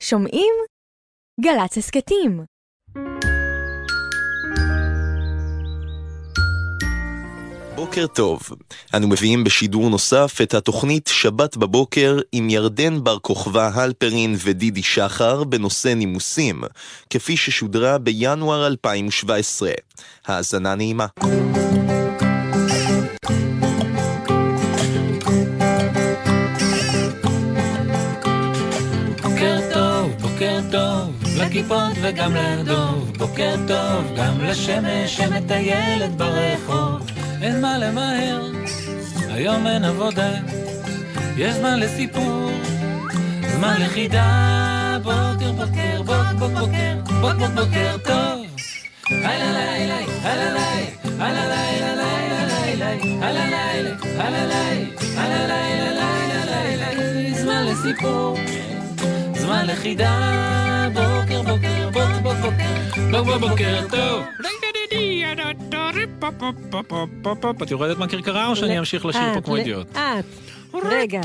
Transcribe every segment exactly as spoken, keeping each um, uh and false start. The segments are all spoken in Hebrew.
שומעים? גל"צ הסכתים. בוקר טוב. אנו מביאים בשידור נוסף את התוכנית שבת בבוקר עם ירדן בר כוכבא הלפרין ודידי שחר בנושא נימוסים, כפי ששודרה בינואר אלפיים שבע עשרה. האזנה נעימה. בוקר טוב, בוקר טוב, לכיפות וגם לדוב. בוקר טוב, גם לשמש שמטיילת ברחוב. אין מה למהר, היום אין עבודה, יש זמן לסיפור, זמן לחידה. בוקר בוקר, בוק בוק בוקר, בוק בוק בוקר טוב. הלא לילה, הלא לילה, הלא לילה, לילה לילה, הלא לילה, הלא לילה, הלא לילה, לילה לילה. זמן לסיפור, זמן לחידה. בוקר בוקר, בוק בוק בוקר, בוק בוק בוקר טוב. את יורדת מהכרכרה או שאני אמשיך לשיר פה כמו אידיוט? לאט, רגע.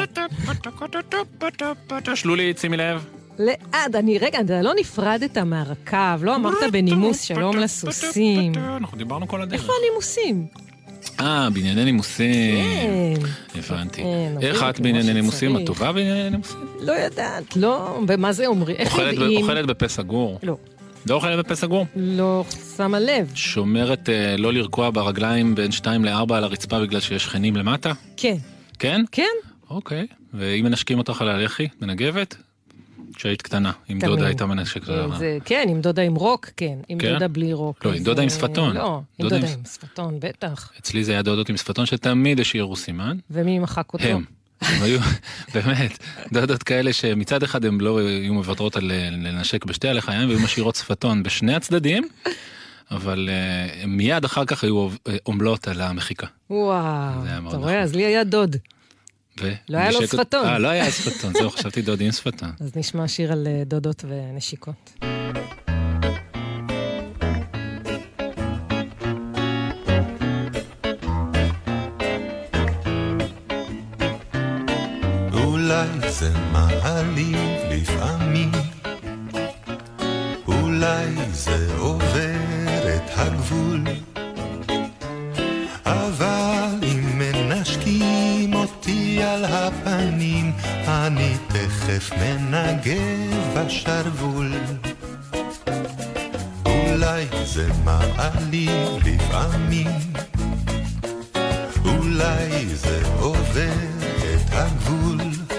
שלולית, שימי לב. לאט, אני, רגע, אתה לא נפרדת מהרכב, לא אמרת בנימוס שלום לסוסים. אנחנו דיברנו כל הדרך. איפה הנימוסים? אה, בענייני נימוסים. כן. הבנתי. איך את בענייני נימוסים? את טובה בענייני נימוסים? לא יודעת, לא, ומה זה אומרים? איך יודעים? אוכלת בפה סגור? לא. לא אוכלת בפה סגור? לא שמה לב. שומרת אה, לא לרקוע ברגליים בין שתיים לארבע על הרצפה בגלל שיש שכנים למטה? כן. כן? כן. אוקיי. ואם מנשקים אותך על הלחי, מנגבת? כשהיית קטנה, עם תמיד. דודה הייתה מנשק. זה, כן, עם דודה עם רוק, כן. עם כן? דודה בלי רוק. לא, עם דודה עם שפתון. לא, עם דודה דודה עם- עם שפתון, בטח. אצלי זה היה דודות עם שפתון שתמיד השאירו סימן. ומי מחק אותו? הם. הם היו, באמת, דודות כאלה שמצד אחד הם לא היו מוותרות על לנשק בשתי הלחיים, והיו משאירות שפתון בשני הצדדים, אבל uh, מיד אחר כך היו עומלות על המחיקה. וואו, זה היה מאוד אתה נכון. רואה? אז לי היה דוד. ו... לא היה לו נשק- שפתון. אה, לא היה שפתון, זהו, חשבתי דודי עם שפתון. אז נשמע שיר על אה, דודות ונשיקות. אולי זה מעליב לפעמים, אולי זה עובר את הגבול, אבל אם מנשקים אותי על הפנים, אני תכף מנגב בשרוול. אולי זה מעליב לפעמים, אולי זה עובר את הגבול,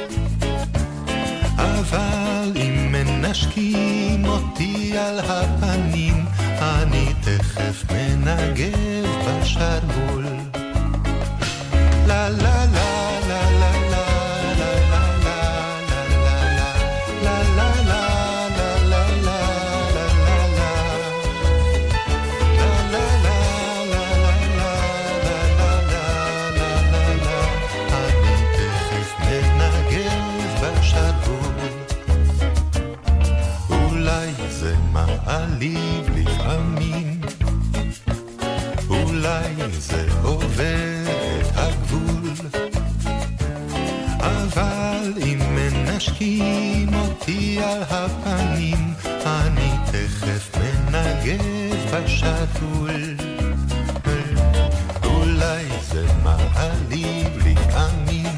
אבל אם מנשקים אותי על הפנים, אני תכף מנגב בשרוול. לה לה לה לה לה לה לה לה לה לה לה לה מעליב לפעמים, אולי זה עובר את הגבול, אבל אם מנשקים אותי על הפנים, אני תכף מנגב בשרוול. אולי זה מעליב לפעמים,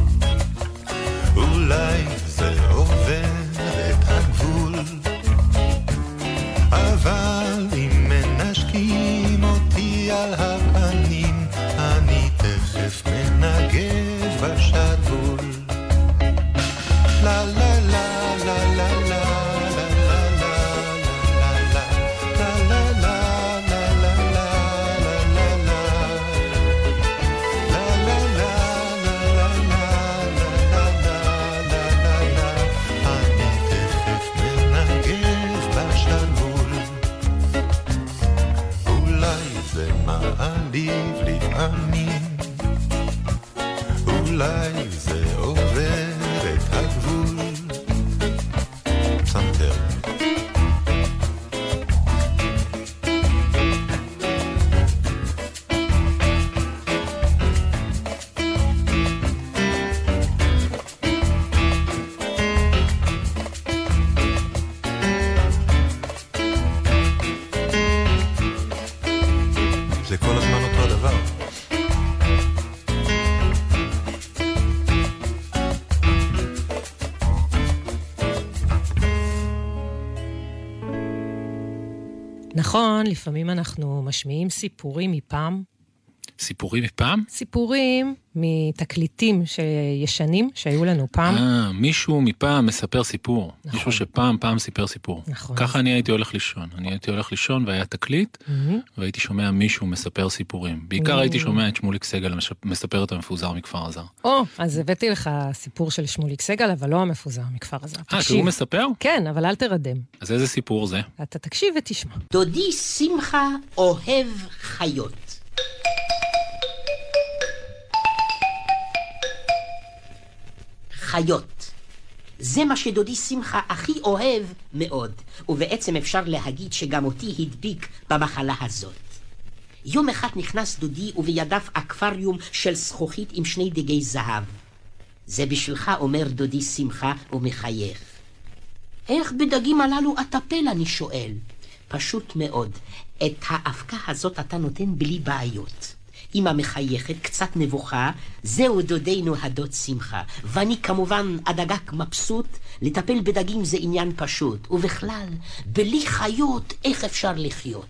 אולי זה עובר את הגבול, אבל אם מנשקים אותי על הפנים, אני תכף מנגב בשרוול. לה לה לה לה לה לה מעליב לפעמים, אולי זה עובר את הגבול. סנטר. נכון, לפעמים אנחנו משמיעים סיפורים מפעם. סיפורים מפעם? סיפורים מתקליטים שישנים שהיו לנו פעם. אה, מישהו מפעם מספר סיפור. נכון. מישהו שפעם פעם סיפר סיפור. נכון. ככה אני הייתי הולך לישון. אני הייתי הולך לישון והיה תקליט, Mm-hmm. והייתי שומע מישהו מספר סיפורים. בעיקר Mm. הייתי שומע את שמוליק סגל מספר את המפוזר מכפר עזר. או, אז הבאתי לך סיפור של שמוליק סגל, אבל לא המפוזר מכפר עזר. אה, שהוא מספר? כן, אבל אל תרדם. אז איזה סיפור זה? אתה תקשיב ותשמע. דודי שמחה אוהב חיות. חיות. זה מה שדודי שמחה הכי אוהב מאוד, ובעצם אפשר להגיד שגם אותי הדביק במחלה הזאת. יום אחד נכנס דודי ובידיו אקווריום של זכוכית עם שני דגי זהב. זה בשבילך, אומר דודי שמחה ומחייך. איך בדגים הללו אטפל, אני שואל. פשוט מאוד, את האבקה הזאת אתה נותן בלי בעיות. אמא מחייכת, קצת נבוכה, זהו דודנו הדוד שמחה. ואני כמובן הדגק מבסוט, לטפל בדגים זה עניין פשוט. ובכלל, בלי חיות איך אפשר לחיות?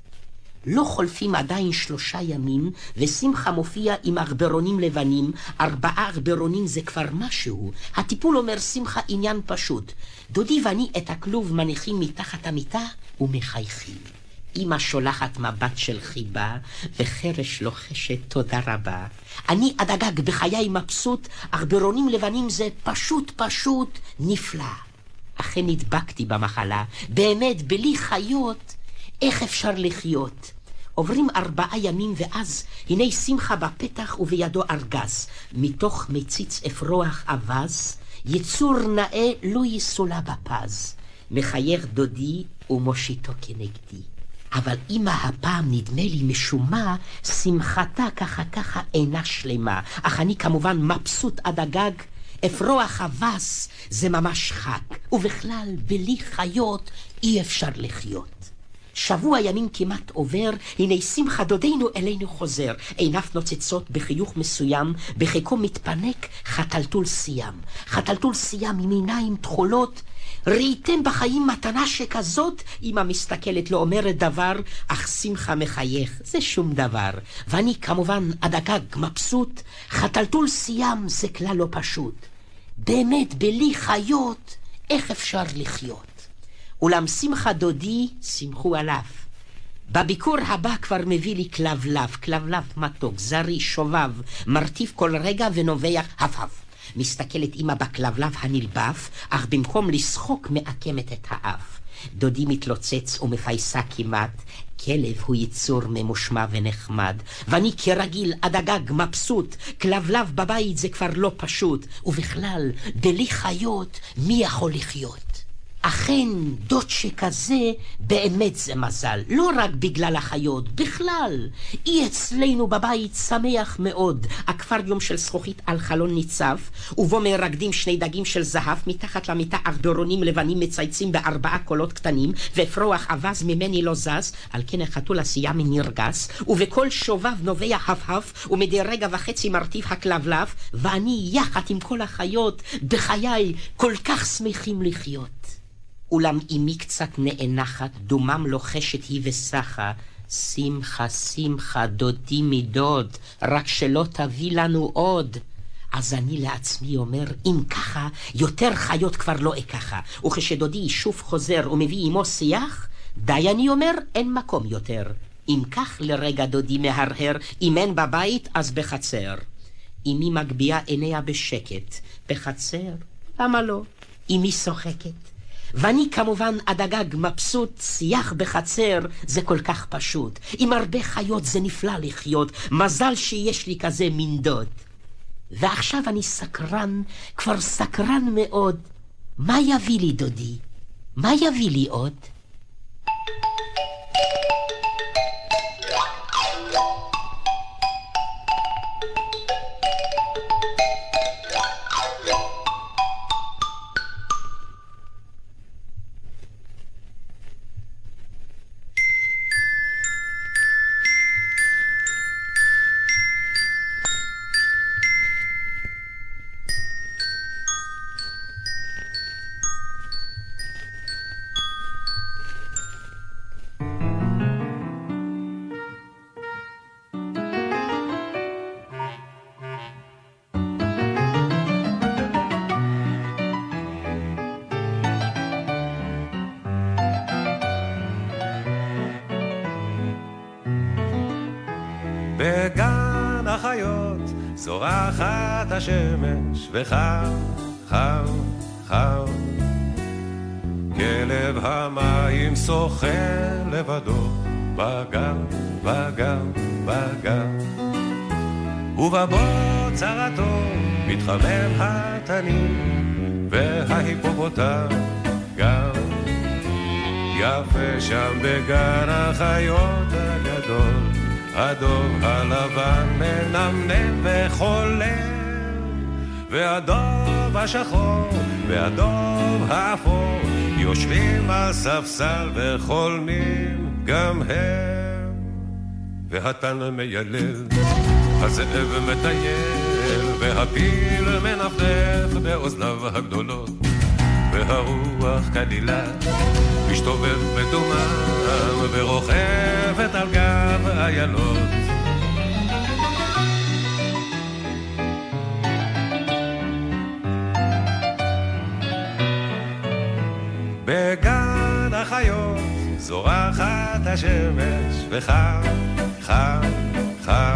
לא חולפים עדיין שלושה ימים, ושמחה מופיע עם ארברונים לבנים. ארבעה ארברונים זה כבר משהו. הטיפול, אומר שמחה, עניין פשוט. דודי ואני את הכלוב מניחים מתחת המיטה ומחייכים. אמא שולחת מבט של חיבה, וחרש לוחשת תודה רבה. אני הדגג בחיי מבסוט, ארברונים לבנים זה פשוט פשוט נפלא. אכן נדבקתי במחלה, באמת בלי חיות, איך אפשר לחיות? עוברים ארבעה ימים ואז הנה שמחה בפתח ובידו ארגז. מתוך מציץ אפרוח אבז, יצור נאה לא יסולה בפז. מחייך דודי ומושיטו כנגדי. אבל אמא הפעם נדמה לי משומה, שמחתה ככה ככה אינה שלמה. אך אני כמובן מבסוט עד הגג, אפרוח אבס זה ממש חג. ובכלל, בלי חיות אי אפשר לחיות. שבוע ימים כמעט עובר, הנה שמחה דודנו אלינו חוזר. עיניו נוצצות בחיוך מסוים, בחיקו מתפנק חתלתול סיים. חתלתול סיים עם עיניים תכולות. ראיתם בחיים מתנה שכזאת? אמא מסתכלת, לא אומרת דבר, אך שמחה מחייך, זה שום דבר. ואני כמובן הדגג מבסוט, חתלתול סיים זה כלל לא פשוט. באמת, בלי חיות, איך אפשר לחיות? אולם שמחה דודי, שמחו עליו. בביקור הבא כבר מביא לי כלבלב, כלבלב מתוק, זרי, שובב, מרטיף כל רגע ונובח הפהב. מסתכלת אמא בכלבלב הנלבף, אך במקום לשחוק מעקמת את האף. דודי מתלוצץ ומפייסה כמעט, כלב הוא יצור ממושמע ונחמד, ואני כרגיל הדגג מבסוט, כלבלב בבית זה כבר לא פשוט, ובכלל, בלי חיות מי יכול לחיות? אכן, דוד שכזה באמת זה מזל, לא רק בגלל החיות, בכלל. אי אצלנו בבית שמח מאוד, אקווריום של זכוכית על חלון ניצב, ובו מרקדים שני דגים של זהב, מתחת למיטה ארברונים לבנים מצייצים בארבעה קולות קטנים, ואפרוח אבז ממני לא זז, על כן החתול עשייה מנרגס, ובכל שובב נובע הפהף, ומדי רגע וחצי מרטיב הכלבלב, ואני יחד עם כל החיות, בחיי כל כך שמחים לחיות. אולם אמי קצת נאנחת, דומם לוחשת היא וסחה, שמחה, שמחה, דודי מדוד, רק שלא תביא לנו עוד. אז אני לעצמי אומר, אם ככה, יותר חיות כבר לא אקחה. וכשדודי שוב חוזר ומביא עמו שיח, די אני אומר, אין מקום יותר. אם כך לרגע דודי מהרהר, אם אין בבית, אז בחצר. אמי מגביעה עיניה בשקט. בחצר? למה לא? אמי שוחקת. ואני כמובן הדגג מבסוט, שיח בחצר זה כל כך פשוט. עם הרבה חיות זה נפלא לחיות, מזל שיש לי כזה מין דוד. ועכשיו אני סקרן, כבר סקרן מאוד. מה יביא לי דודי? מה יביא לי עוד? בגן החיות זורחת השמש וחם, חם, חם. כלב המים שוחה לבדו בגן, בגן, בגן. ובבוץ הרטוב מתחמם התנים וההיפופוטם גם. יפה שם בגן החיות הגדול, הדוב הלבן מנמנם וחולם, והדוב השחור והדוב האפור יושבים על ספסל וחולמים גם הם. והתן מיילל, הזאב מטייל, והפיל מנפנף באוזניו הגדולות, והרוח כלילה משתובב בדומם ורוכבת על גב איילות. בגן החיות זורחת השמש וחם, חם, חם.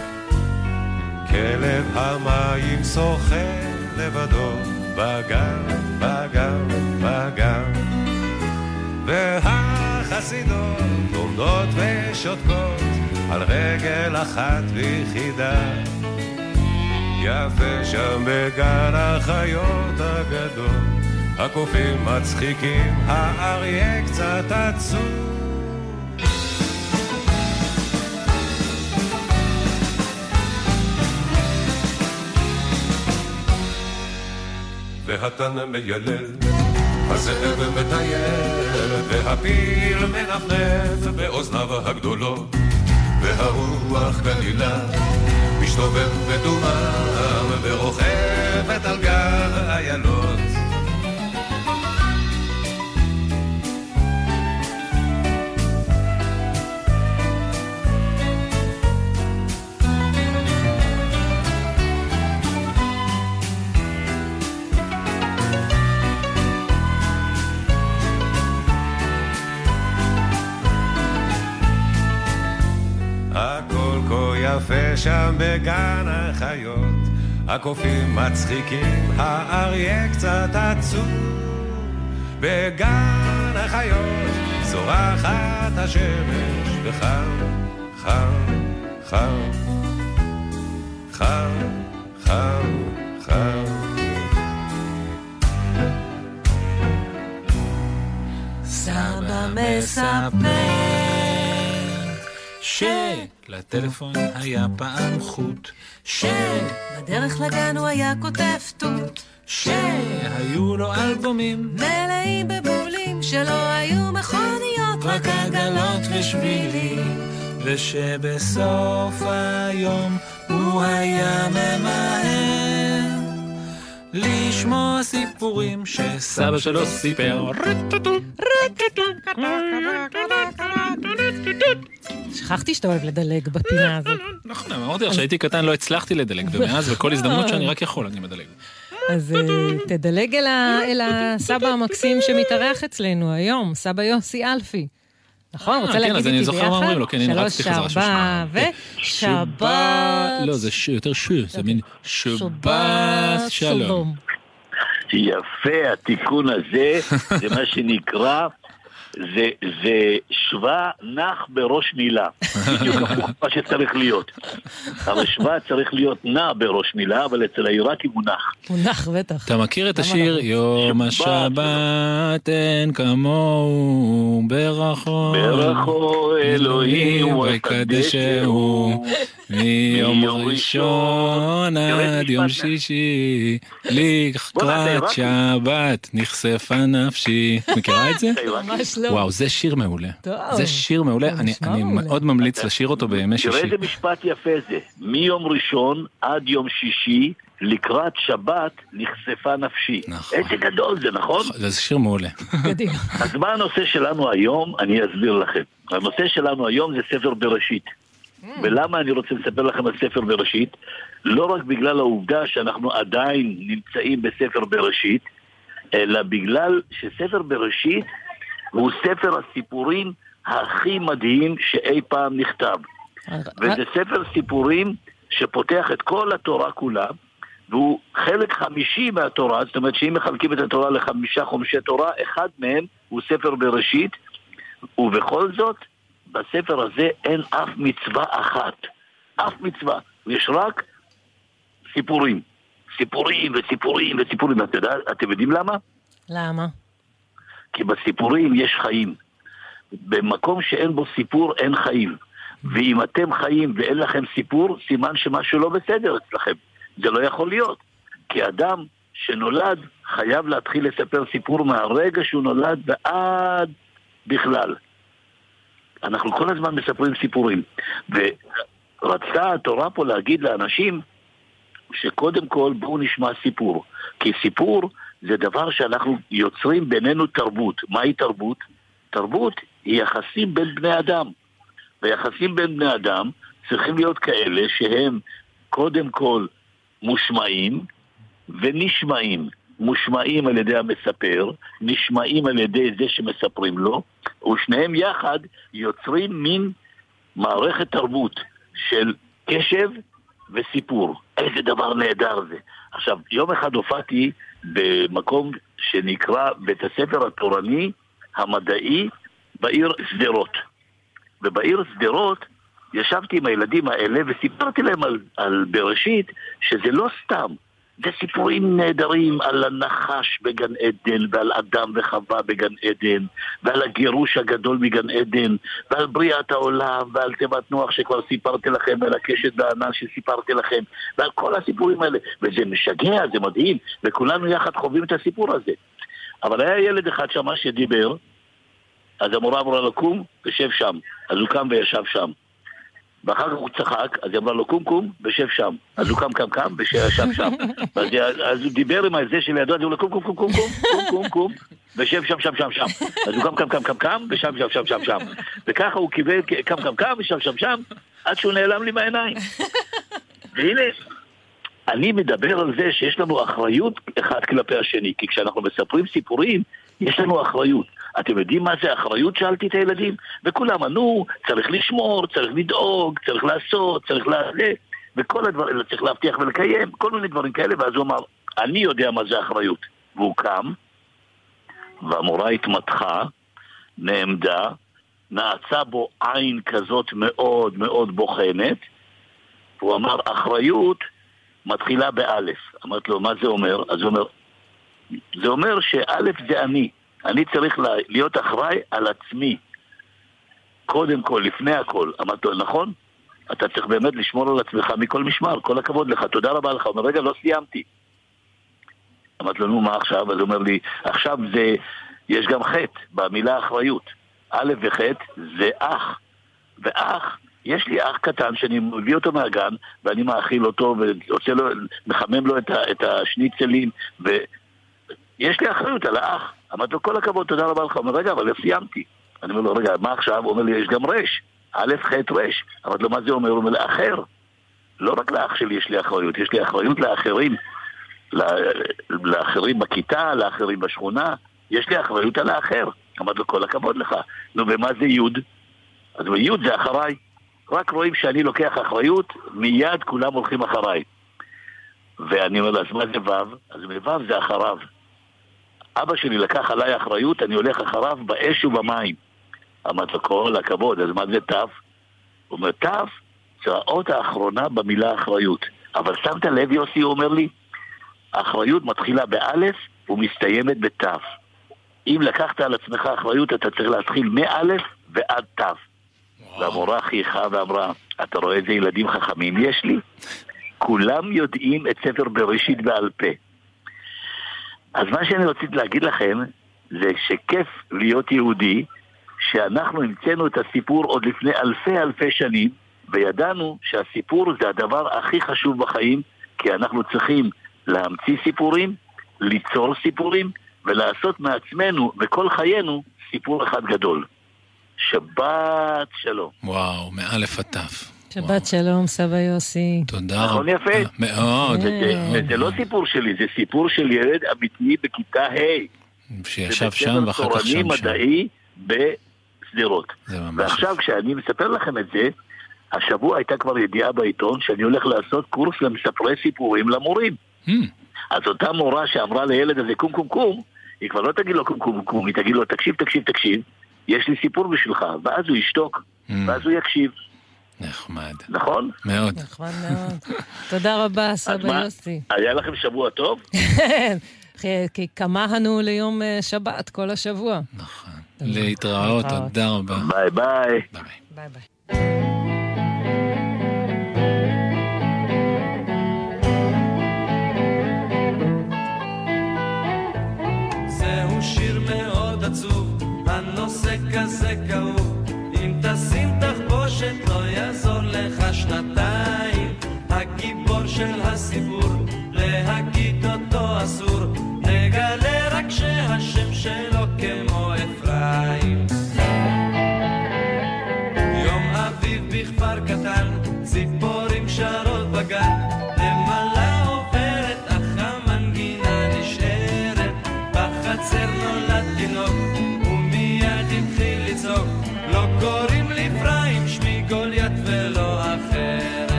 כלב המים שוחה לבדו בגן, בגן, בגן. והחסידות עומדות ושותקות על רגל אחת ויחידה. יפה שם בגן החיות הגדול, הקופים מצחיקים, האריה קצת עצוב. והתן מיילל, הזאב מטייל, והפיל מנפנף באוזניו הגדולות, והרוח כלילה משתובב בדומם ורוכבת על גב איילות. יפה שם בגן החיות, הקופים מצחיקים, האריה קצת עצוב. בגן החיות זורחת השמש וחם, חם, חם, חם, חם, חם. סבא מספר שלטלפון היה פעם חוט, שבדרך לגן הוא היה כותב תות, שהיו לו אלבומים מלאים בבולים, שלא היו מכוניות, רק עגלות ושבילים, ושבסוף היום הוא היה ממהר לשמוע סיפורים שסבא שלו סיפר. שכחתי שאתה אוהב לדלג בפינה הזאת. נכון, אמרתי לך שהייתי קטן לא הצלחתי לדלג, ומאז בכל הזדמנות שאני רק יכול אני מדלג. אז תדלג אל הסבא המקסים שמתארח אצלנו היום, סבא יוסי אלפי. נכון, רוצה להגיד איתי ביחד? כן, אז אני זוכר מה אומרים לו, כן, הנה רצתי חזרה ששמע. ושבת. לא, זה יותר ש, זה מין שבת שלום. יפה, התיקון הזה, זה מה שנקרא, זה, זה שווה נח בראש מילה. בדיוק הפוך מה שצריך להיות. אבל שווה צריך להיות נע בראש מילה, אבל אצל העיראקים הוא נח. הוא נח, בטח. אתה מכיר את השיר יום השבת אין כמוהו ברכו ברכו אלוהים וקדשהו מיום ראשון עד יום שישי לקראת שבת נחשפה נפשי. מכירה את זה? ממש לא. וואו, זה שיר מעולה. זה שיר מעולה. אני מאוד ממליץ לשיר אותו בימי שישי. תראה איזה משפט יפה זה. מיום ראשון עד יום שישי לקראת שבת נחשפה נפשי. איזה גדול זה, נכון? זה שיר מעולה. אז מה הנושא שלנו היום? אני אסביר לכם. הנושא שלנו היום זה ספר בראשית. ולמה אני רוצה לספר לכם על ספר בראשית? לא רק בגלל העובדה שאנחנו עדיין נמצאים בספר בראשית, אלא בגלל שספר בראשית הוא ספר הסיפורים הכי מדהים שאי פעם נכתב. וזה ספר סיפורים שפותח את כל התורה כולה, והוא חלק חמישי מהתורה, זאת אומרת שאם מחלקים את התורה לחמישה חומשי תורה, אחד מהם הוא ספר בראשית, ובכל זאת, בספר הזה אין אף מצווה אחת. אף מצווה. יש רק סיפורים. סיפורים וסיפורים וסיפורים. את יודע, אתם יודעים למה? למה? כי בסיפורים יש חיים. במקום שאין בו סיפור, אין חיים. ואם אתם חיים ואין לכם סיפור, סימן שמשהו לא בסדר אצלכם. זה לא יכול להיות. כי אדם שנולד חייב להתחיל לספר סיפור מהרגע שהוא נולד ועד בכלל. אנחנו כל הזמן מספרים סיפורים. ורצתה התורה פה להגיד לאנשים שקודם כל בואו נשמע סיפור. כי סיפור זה דבר שאנחנו יוצרים בינינו תרבות. מהי תרבות? תרבות היא יחסים בין בני אדם. ויחסים בין בני אדם צריכים להיות כאלה שהם קודם כל מושמעים ונשמעים. מושמעים על ידי המספר, נשמעים על ידי זה שמספרים לו, ושניהם יחד יוצרים מין מערכת תרבות של קשב וסיפור. איזה דבר נהדר זה. עכשיו, יום אחד הופעתי במקום שנקרא בית הספר התורני המדעי בעיר סדרות. ובעיר סדרות ישבתי עם הילדים האלה וסיפרתי להם על, על בראשית שזה לא סתם. זה סיפורים נהדרים על הנחש בגן עדן, ועל אדם וחווה בגן עדן, ועל הגירוש הגדול מגן עדן, ועל בריאת העולם, ועל תיבת נוח שכבר סיפרתי לכם, ועל הקשת בענן שסיפרתי לכם, ועל כל הסיפורים האלה. וזה משגע, זה מדהים, וכולנו יחד חווים את הסיפור הזה. אבל היה ילד אחד שם שדיבר, אז המורה אמרה לו קום ושב שם. אז הוא קם וישב שם. ואחר כך הוא צחק, אז היא אמרה לו קום קום ושב שם. אז הוא קם קם קם וישב שם. אז, אז הוא דיבר עם הזה שלידו, אז הוא אמר לו קום קום קום קום קום קום קום ושב שם שם שם שם. אז הוא קם קם קם קם קם ושב שם שם שם שם. וככה הוא קיבל קם קם קם ושב שם שם עד שהוא נעלם לי מהעיניים. והנה, אני מדבר על זה שיש לנו אחריות אחד כלפי השני, כי כשאנחנו מספרים סיפורים, יש לנו אחריות. אתם יודעים מה זה אחריות? שאלתי את הילדים, וכולם ענו, צריך לשמור, צריך לדאוג, צריך לעשות, צריך לעשות, וכל הדברים, צריך להבטיח ולקיים, כל מיני דברים כאלה, ואז הוא אמר, אני יודע מה זה אחריות. והוא קם, והמורה התמתחה, נעמדה, נעצה בו עין כזאת מאוד מאוד בוחנת, והוא אמר, אחריות מתחילה באלף. אמרת לו, מה זה אומר? אז הוא אומר, זה אומר שאלף זה אני. אני צריך להיות אחראי על עצמי. קודם כל, לפני הכל. אמרת לו, נכון? אתה צריך באמת לשמור על עצמך מכל משמר. כל הכבוד לך, תודה רבה לך. הוא אומר, רגע, לא סיימתי. אמרת לו, נו, מה עכשיו? אז הוא אומר לי, עכשיו זה, יש גם חטא במילה אחריות. א' וחטא זה אח. ואח, יש לי אח קטן שאני מביא אותו מהגן, ואני מאכיל אותו, ועושה לו, מחמם לו את, ה, את השניצלים, ויש לי אחריות על האח. אמרת לו, כל הכבוד, תודה רבה לך. הוא אומר, רגע, אבל לא סיימתי. אני אומר לו, רגע, מה עכשיו? הוא אומר לי, יש גם רש. א', ח', רש. אמרת לו, מה זה אומר? הוא אומר לי, אחר. לא רק לאח שלי יש לי אחריות, יש לי אחריות לאחרים. לאחרים בכיתה, לאחרים בשכונה. יש לי אחריות על האחר. אמרת לו, כל הכבוד לך. נו, ומה זה יוד? אז יוד זה אחריי. רק רואים שאני לוקח אחריות, מיד כולם הולכים אחריי. ואני אומר לו, אז מה זה וו? אז וו זה אחריו. אבא שלי לקח עליי אחריות, אני הולך אחריו באש ובמים. אמרת לו, כל הכבוד, אז מה זה תף? הוא אומר, תף זה האות האחרונה במילה אחריות. אבל שמת לב, יוסי, הוא אומר לי, האחריות מתחילה באלף ומסתיימת בתף. אם לקחת על עצמך אחריות, אתה צריך להתחיל מאלף ועד תף. והמורה חייכה ואמרה, אתה רואה איזה ילדים חכמים יש לי? כולם יודעים את ספר בראשית בעל פה. אז מה שאני רציתי להגיד לכם, זה שכיף להיות יהודי, שאנחנו המצאנו את הסיפור עוד לפני אלפי אלפי שנים, וידענו שהסיפור זה הדבר הכי חשוב בחיים, כי אנחנו צריכים להמציא סיפורים, ליצור סיפורים, ולעשות מעצמנו וכל חיינו סיפור אחד גדול. שבת שלום. וואו, מאלף עטף. שבת שלום, סבא יוסי. תודה. נכון יפה? מאוד. זה לא סיפור שלי, זה סיפור של ילד אמיתי בכיתה ה'. שישב שם ואחר כך שם שם. מדעי בסדרות. ועכשיו כשאני מספר לכם את זה, השבוע הייתה כבר ידיעה בעיתון שאני הולך לעשות קורס למספרי סיפורים למורים. Mm. אז אותה מורה שאמרה לילד הזה קום קום קום, היא כבר לא תגיד לו קום קום קום, היא תגיד לו תקשיב תקשיב תקשיב, יש לי סיפור בשבילך, ואז הוא ישתוק, mm. ואז הוא יקשיב. נחמד. נכון? מאוד. נחמד מאוד. תודה רבה, סבא יוסי. היה לכם שבוע טוב? כי כמהנו ליום שבת כל השבוע. נכון. להתראות, תודה רבה. ביי ביי. ביי ביי ביי. זהו שיר מאוד עצוב, הנושא כזה כאוב, אם תשים תחבושת לא יעזור לך שנתיים, הגיבור של הסיפור, להגיד אותו אסור, נגלה רק שהשם שלו כמו אפרים. יום אביב בכפר קטן, ציפורים שרות בגן, למעלה עוברת אך המנגינה נשארת, בחצר נולד תינוק ומיד התחיל לצעוק, לא קוראים לי אפרים, שמי גוליית ולא אחרת.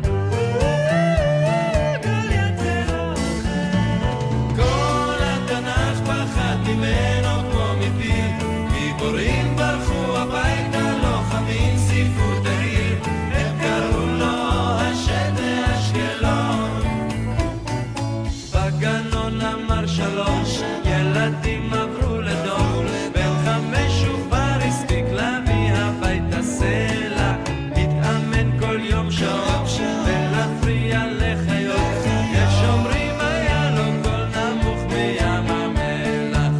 כל התנ"ך פחד ממנו כמו מפיל, גיבורים ברחו הביתה, לוחמים סיפו תהיל, הם קראו לו השד מאשקלון. בגנון אמר שלוש, ילדים עברו לדור, בן חמש ובר הספיק להביא הביתה סלע, התאמן כל יום שעות ולהפריע לחיות, יש אומרים היה לו קול נמוך מים המלח,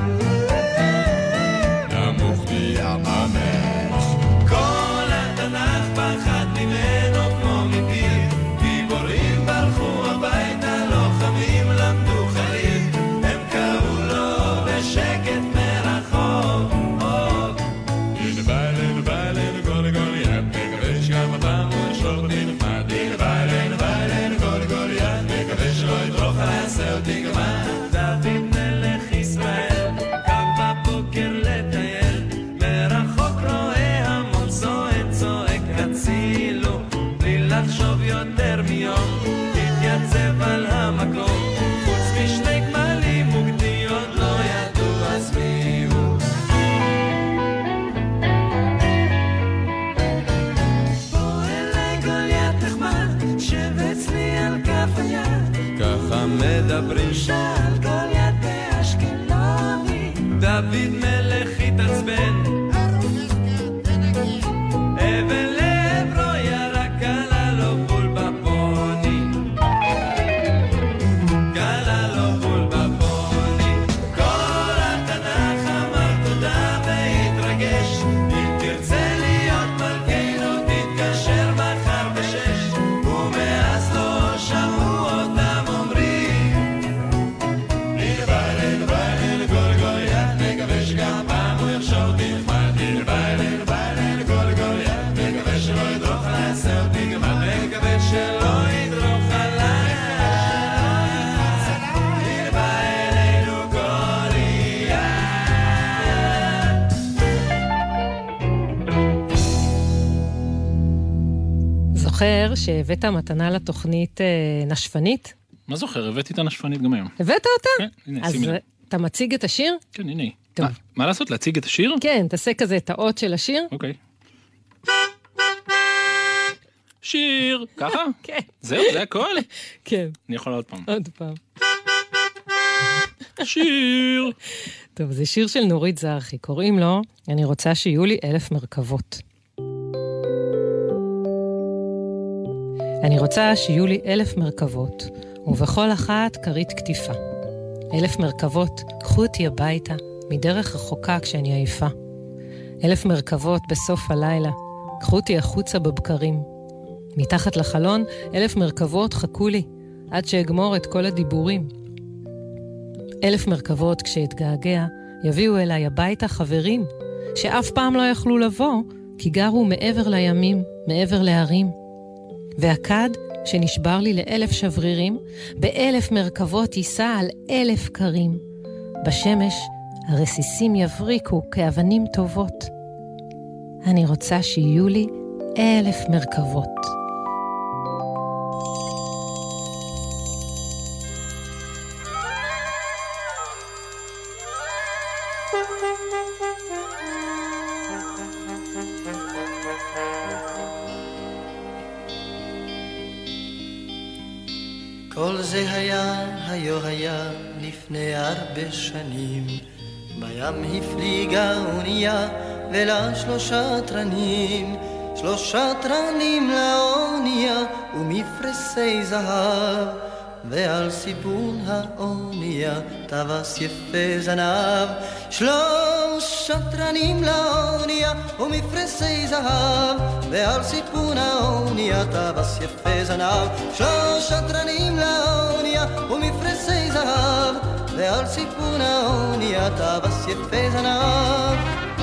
נמוך מים המלח. כל התנ"ך פחד ממנו כמו מפיל, גיבורים ברחו הביתה, לוחמים למדו חליל, הם קראו לו בשקט מרחוק. הנה בא אלינו, בא אלינו גולי גוליית, מקווה שגם הפעם הוא ישלוח אותי נחמד. הנה בא אלינו, בא אלינו גולי גוליית, מקווה שלא ידרוך עלי, עשה אותי גמד. דוד מלך ישראל, קם בבוקר לטייל, מרחוק רואה המון צועק, צועק הצילו, בלי לחשוב יותר מיום, התייצב על המקום, חוץ משני גמלים מוקדי עוד לא ידעו אז מי הוא. בוא אליי גוליית נחמד, שב אצלי על כף היד, ככה מדברים שאל גוליית באשקלוני. דוד מלך התעצבן, אבן לעברו ירק, עלה לו בול בפוני, קלה לו בול בפוני. כל התנ"ך אמר תודה והתרגש, אם תרצה להיות מלכנו תתקשר מחר בשש, ומאז לא שמעו אותם אומרים, הנה בא אלינו, בא אלינו גולי גוליית, מקווה שגם פעם הוא יחשוב אותי נחמד. הנה בא אלינו, בא אלינו גולי גוליית, מקווה שלא ידרוך עלי, עשה אותי גמד, מקווה שלא ידרוך עלי. הנה בא אלינו גוליית. זוכר שהבאת מתנה לתוכנית אה, נשפנית? מה זוכר? הבאתי את הנשפנית גם היום. הבאת אותה? כן, הנה, אז שימי לב. אתה מציג את השיר? כן, הנה. טוב. מה- מה לעשות? להציג את השיר? כן, תעשה כזה את האות של השיר. אוקיי. שיר! ככה? כן. זהו, זה הכל? כן, אני יכול עוד פעם. עוד פעם. שיר! טוב, זה שיר של נורית זרחי, קוראים לו אני רוצה שיהיו לי אלף מרכבות. אני רוצה שיהיו לי אלף מרכבות, ובכל אחת כרית כתיפה. אלף מרכבות, קחו אותי הביתה, מדרך רחוקה כשאני עייפה. אלף מרכבות בסוף הלילה, קחו אותי החוצה בבקרים. מתחת לחלון, אלף מרכבות חכו לי, עד שאגמור את כל הדיבורים. אלף מרכבות כשאתגעגע, יביאו אליי הביתה חברים, שאף פעם לא יכלו לבוא, כי גרו מעבר לימים, מעבר להרים. והכד שנשבר לי לאלף שברירים, באלף מרכבות ייסע על אלף קרים. בשמש הרסיסים יבריקו כאבנים טובות. אני רוצה שיהיו לי אלף מרכבות. כל זה היה, היו היה, לפני הרבה שנים. בים הפליגה אונייה, ולה שלושה תרנים. שלושה תרנים לאונייה, ומפרסי זהב. ועל סיפון האונייה, טווס יפה זנב. שלושה תרנים לאונייה, ומפרסי זהב. ועל סיפון האונייה, טווס יפה זנב. שלושה תרנים לאונייה, ומפרסי זהב. ועל סיפון האונייה, טווס יפה זנב.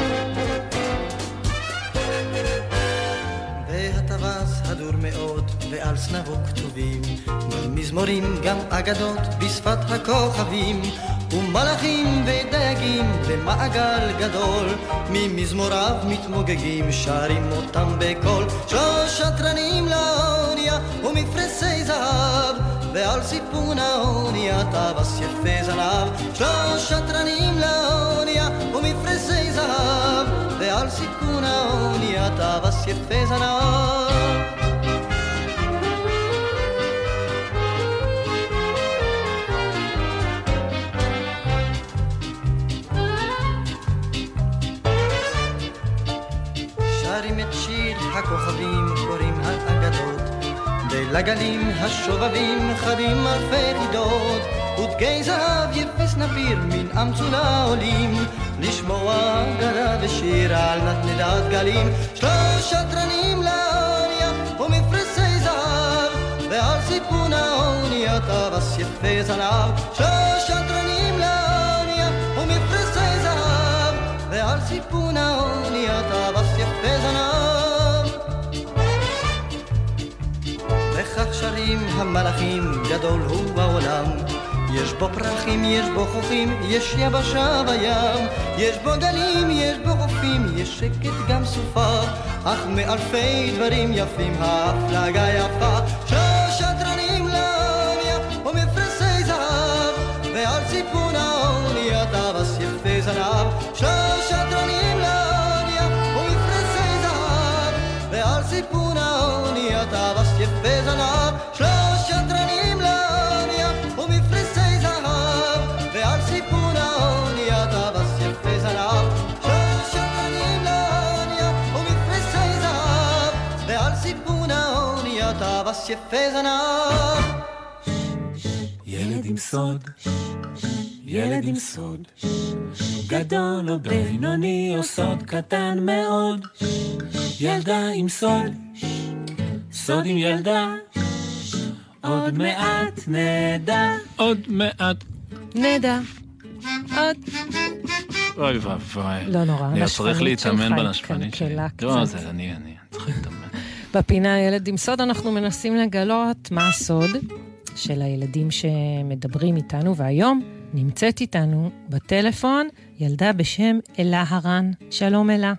והטווס הדור מאוד, ועל סנבו כתובים גם מזמורים, גם אגדות בשפת הכוכבים, ומלאכים ודייגים במעגל גדול, ממזמוריו מתמוגגים, שרים אותם בקול. שלושה תרנים לאונייה ומפרסי זהב, ועל סיפון האונייה טווס יפה זנב. שלושה תרנים לאונייה ומפרסי זהב, ועל סיפון האונייה טווס יפה זנב. שרים את שיר הכוכבים, קוראים האגדות, ולגלים השובבים חדים אלפי חידות, ודגי זהב יפס נפיר מן אמצולה עולים, לשמוע אגדה ושיר על נדנדת גלים. שלושה תרנים לאונייה ומפרסי זהב, ועל סיפון האונייה טווס יפה זנב. שלושה תרנים לאונייה ומפרסי זהב, ועל סיפון האונייה טווס יפה זנב. וכך שרים המלאכים, גדול הוא העולם, יש בו פרחים, יש בו חופים, יש יבשה בים, יש בו גלים, יש בו חופים, יש שקט גם סופה, אך מאלפי דברים יפים ההפלגה יפה. שלושה תרנים לאונייה ומפרסי זהב, ועל סיפון האונייה טווס יפה זנב. שלושה תרנים לאונייה ומפרסי זהב, ועל סיפון האונייה טווס יפה זנב. שלושה תרנים לאונייה ומפרסי זהב, ועל סיפון האונייה טווס יפה זנב. שלושה תרנים לאונייה ומפרסי זהב, ועל סיפון האונייה טווס יפה זנב. ילד עם סוד, ילד עם סוד, גדול או בינוני או סוד קטן מאוד. ילדה עם סוד, סוד עם ילדה, עוד מעט נדע. עוד מעט נדע. עוד. אוי ואבוי. לא נורא. אני צריך להתאמן בנשפנית שלי. לא, זה אני, אני צריך להתאמן. בפינה ילד עם סוד אנחנו מנסים לגלות מה הסוד של הילדים שמדברים איתנו, והיום נמצאת איתנו בטלפון ילדה בשם אלה הרן. שלום אלה.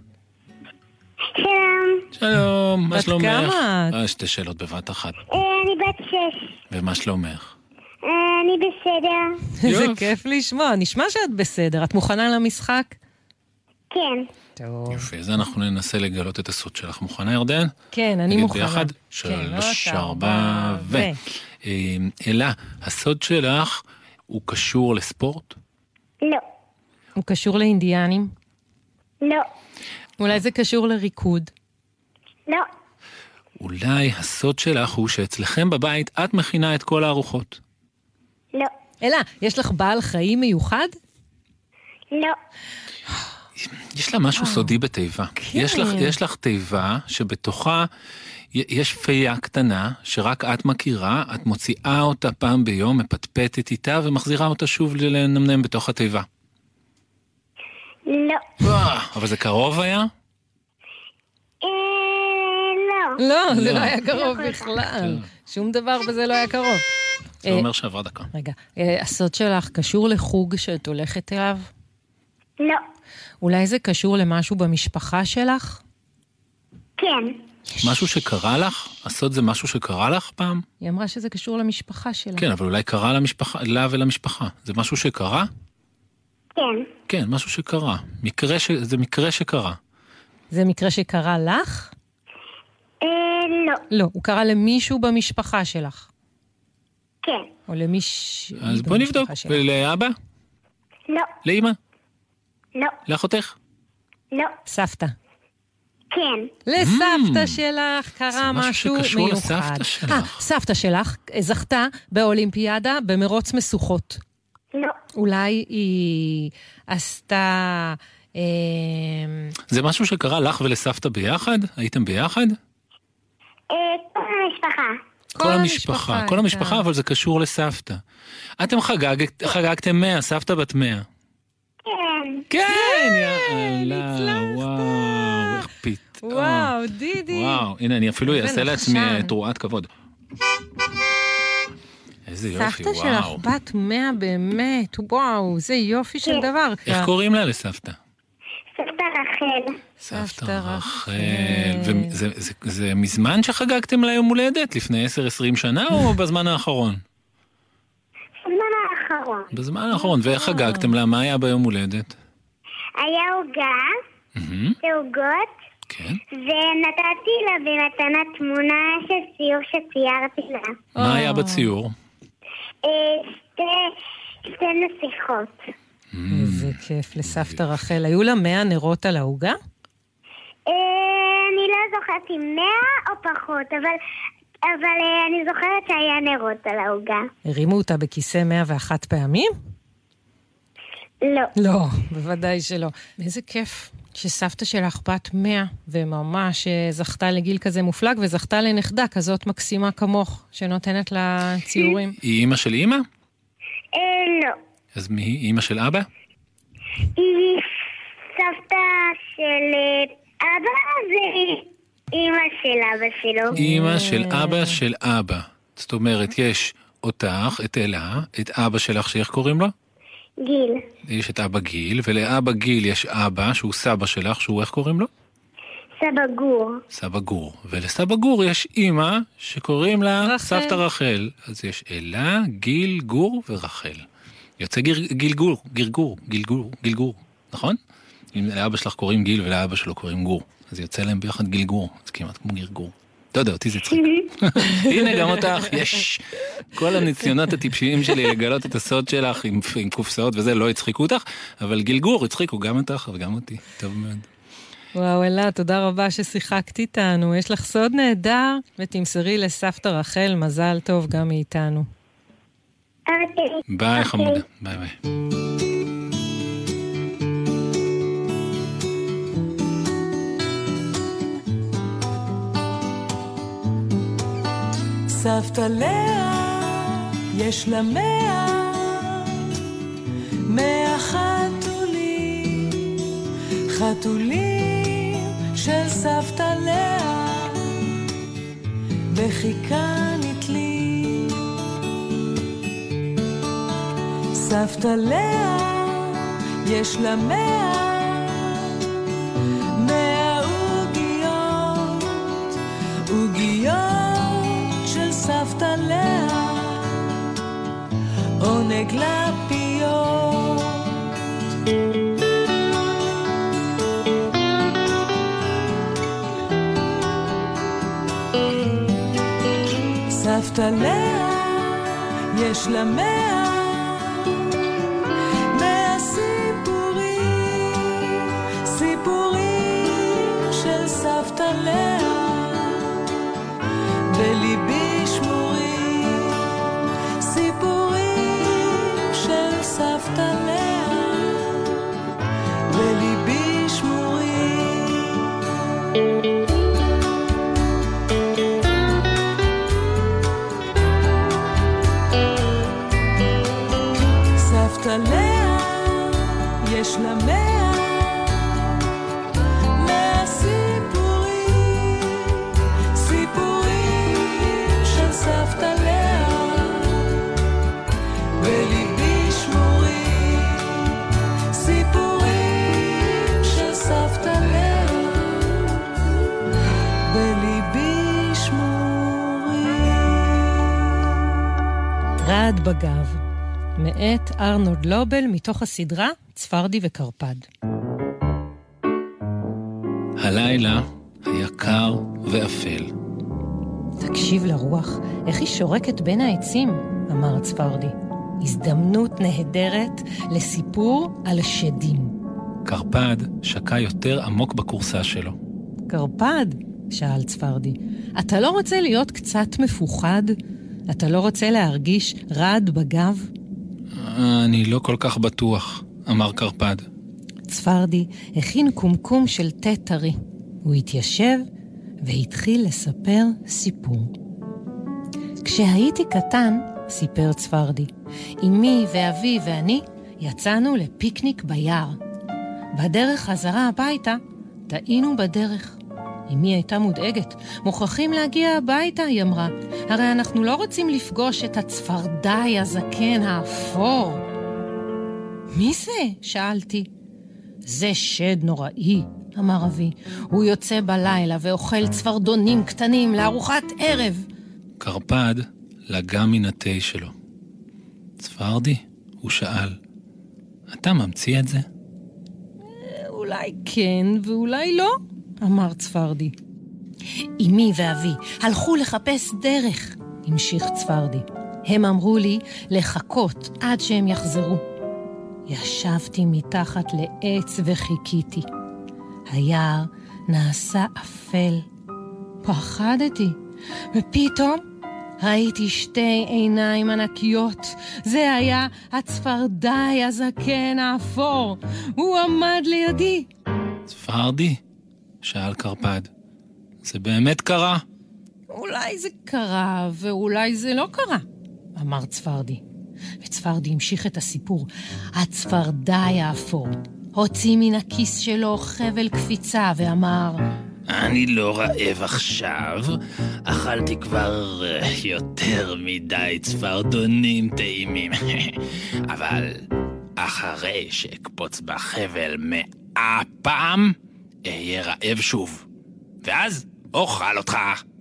שלום. שלום, מה שלומך? בת כמה את? אה, שתי שאלות בבת אחת. אני בת שש. ומה שלומך? אני בסדר. זה כיף לשמוע, נשמע שאת בסדר. את מוכנה למשחק? כן. טוב. יופי, אז אנחנו ננסה לגלות את הסוד שלך. מוכנה ירדן? כן, אני מוכנה. נגיד ביחד, שלוש, ארבע, ו... אלה, הסוד שלך הוא קשור לספורט? לא. הוא קשור לאינדיאנים? לא. אולי זה קשור לריקוד? לא. אולי הסוד שלך הוא שאצלכם בבית את מכינה את כל הארוחות? לא. אלה, יש לך בעל חיים מיוחד? לא. יש לה משהו סודי בתיבה. כן. יש לך, יש לך תיבה שבתוכה יש פייה קטנה שרק את מכירה, את מוציאה אותה פעם ביום, מפטפטת איתה ומחזירה אותה שוב לנמנם בתוך התיבה. לא. אבל זה קרוב היה? לא. לא, זה לא היה קרוב בכלל. שום דבר בזה לא היה קרוב. זה אומר שעבר דקה. רגע, הסוד שלך קשור לחוג שאת הולכת אליו? לא. אולי זה קשור למשהו במשפחה שלך? כן. משהו שקרה לך? הסוד זה משהו שקרה לך פעם? היא אמרה שזה קשור למשפחה שלה. כן, אבל אולי קרה למשפחה, לה ולמשפחה. זה משהו שקרה? כן. כן, משהו שקרה. מקרה ש... זה מקרה שקרה. זה מקרה שקרה לך? אה, לא. לא, הוא קרה למישהו במשפחה שלך. כן. או למישהו במשפחה שלך. אז בוא נבדוק. ולאבא? לא. לאמא? לא. לאחותך? לא. סבתא. כן. לסבתא שלך קרה משהו מיוחד. זה משהו שקשור לסבתא שלך. אה, סבתא שלך זכתה באולימפיאדה במרוץ משוכות. לא. אולי היא עשתה... זה משהו שקרה לך ולסבתא ביחד? הייתם ביחד? כל המשפחה. כל המשפחה, כל המשפחה, אבל זה קשור לסבתא. אתם חגגתם מאה, סבתא בת מאה. כן. כן, יאללה, וואו, איך פתאום. וואו, דידי. וואו, הנה, אני אפילו אעשה לעצמי תרועת כבוד. איזה יופי, וואו. סבתא שלך בת מאה באמת, וואו, זה יופי של דבר. איך קוראים לה לסבתא? סבתא רחל. סבתא רחל. וזה מזמן שחגגתם לה יום הולדת? לפני עשר עשרים שנה או בזמן האחרון? בזמן האחרון. בזמן האחרון. ואיך חגגתם לה? מה היה ביום הולדת? היה עוגה, ועוגות, כן. ונתתי לה במתנה תמונה של ציור שציירתי לה. מה היה בציור? שתי נסיכות. איזה כיף לסבתא רחל. היו לה מאה נרות על העוגה? אני לא זוכרת אם מאה או פחות, אבל אני זוכרת שהיה נרות על העוגה. הרימו אותה בכיסא מאה ואחת פעמים? לא. לא, בוודאי שלא. איזה כיף שסבתא שלך בת מאה, וממש זכתה לגיל כזה מופלג, וזכתה לנכדה כזאת מקסימה כמוך, שנותנת לה ציורים. היא אימא של אימא? לא. אז מי? אימא של אבא? היא סבתא של אבא, ואימא של אבא שלו. אימא של אבא של אבא. זאת אומרת, יש אותך, את אלה, את אבא שלך, שאיך קוראים לו? גיל. יש את אבא גיל, ולאבא גיל יש אבא, שהוא סבא שלך, שהוא איך קוראים לו? סבא גור. סבא גור. ולסבא גור יש אימא שקוראים לה רחל. סבתא רחל. אז יש אלה, גיל, גור ורחל. יוצא גיר, גילגור, גירגור, גילגור, גילגור, נכון? אם לאבא שלך קוראים גיל ולאבא שלו קוראים גור, אז יוצא להם ביחד גילגור, זה כמעט כמו גירגור. לא יודע, אותי זה צחיק. הנה גם אותך, יש. כל הניסיונות הטיפשיים שלי לגלות את הסוד שלך עם, עם קופסאות וזה לא הצחיקו אותך, אבל גילגור הצחיקו גם אותך וגם אותי. טוב מאוד. וואו, אלה, תודה רבה ששיחקת איתנו. יש לך סוד נהדר, ותמסרי לסבתא רחל, מזל טוב גם מאיתנו. ביי חמודה, ביי ביי. סבתא לאה, יש לה מאה, מאה חתולים, חתולים של סבתא לאה, בחיקה נתלים. סבתא לאה, יש לה מאה, מאה עוגיות, עוגיות של סבתא לאה, עונג לפיות. סבתא לאה, יש לה מאה, מאה סיפורים, סיפורים של סבתא לאה, בליבי שמורים, סיפורים של סבתא לאה, בליבי שמורים. סבתא לאה, יש לה מאה, מאה סיפורים, סיפורים של סבתא לאה, בליבי שמורים, סיפורים של סבתא לאה, בליבי בגב. מאת ארנולד לובל מתוך הסדרה צפרדי וקרפד. הלילה היה קר ואפל. תקשיב לרוח, איך היא שורקת בין העצים, אמר הצפרדי. הזדמנות נהדרת לסיפור על השדים. קרפד שקע יותר עמוק בקורסה שלו. קרפד? שאל צפרדי. אתה לא רוצה להיות קצת מפוחד? אתה לא רוצה להרגיש רד בגב? אני לא כל כך בטוח, אמר קרפד. צפרדי הכין קומקום של תה טרי. הוא התיישב והתחיל לספר סיפור. כשהייתי קטן, סיפר צפרדי, אמי ואבי ואני יצאנו לפיקניק ביער. בדרך חזרה הביתה, טעינו בדרך. אמי הייתה מודאגת. מוכרחים להגיע הביתה, היא אמרה. הרי אנחנו לא רוצים לפגוש את הצפרדאי הזקן האפור. מי זה? שאלתי. זה שד נוראי, אמר אבי. הוא יוצא בלילה ואוכל צפרדונים קטנים לארוחת ערב. קרפד לגע מן התה שלו. צפרדי, הוא שאל, אתה ממציא את זה? אולי כן ואולי לא, אמר צפרדי. אמי ואבי הלכו לחפש דרך, המשיך צפרדי. הם אמרו לי לחכות עד שהם יחזרו. ישבתי מתחת לעץ וחיכיתי. היער נעשה אפל. פחדתי, ופתאום ראיתי שתי עיניים ענקיות. זה היה הצפרדאי הזקן האפור. הוא עמד לידי. צפרדי? שאל קרפד. זה באמת קרה? אולי זה קרה ואולי זה לא קרה, אמר צפרדי. וצפרדי המשיך את הסיפור. הצפרדאי האפור הוציא מן הכיס שלו חבל קפיצה ואמר, אני לא רעב עכשיו, אכלתי כבר יותר מדי צפרדונים טעימים, אבל אחרי שאקפוץ בחבל מאה פעם, אהיה רעב שוב, ואז אוכל אותך.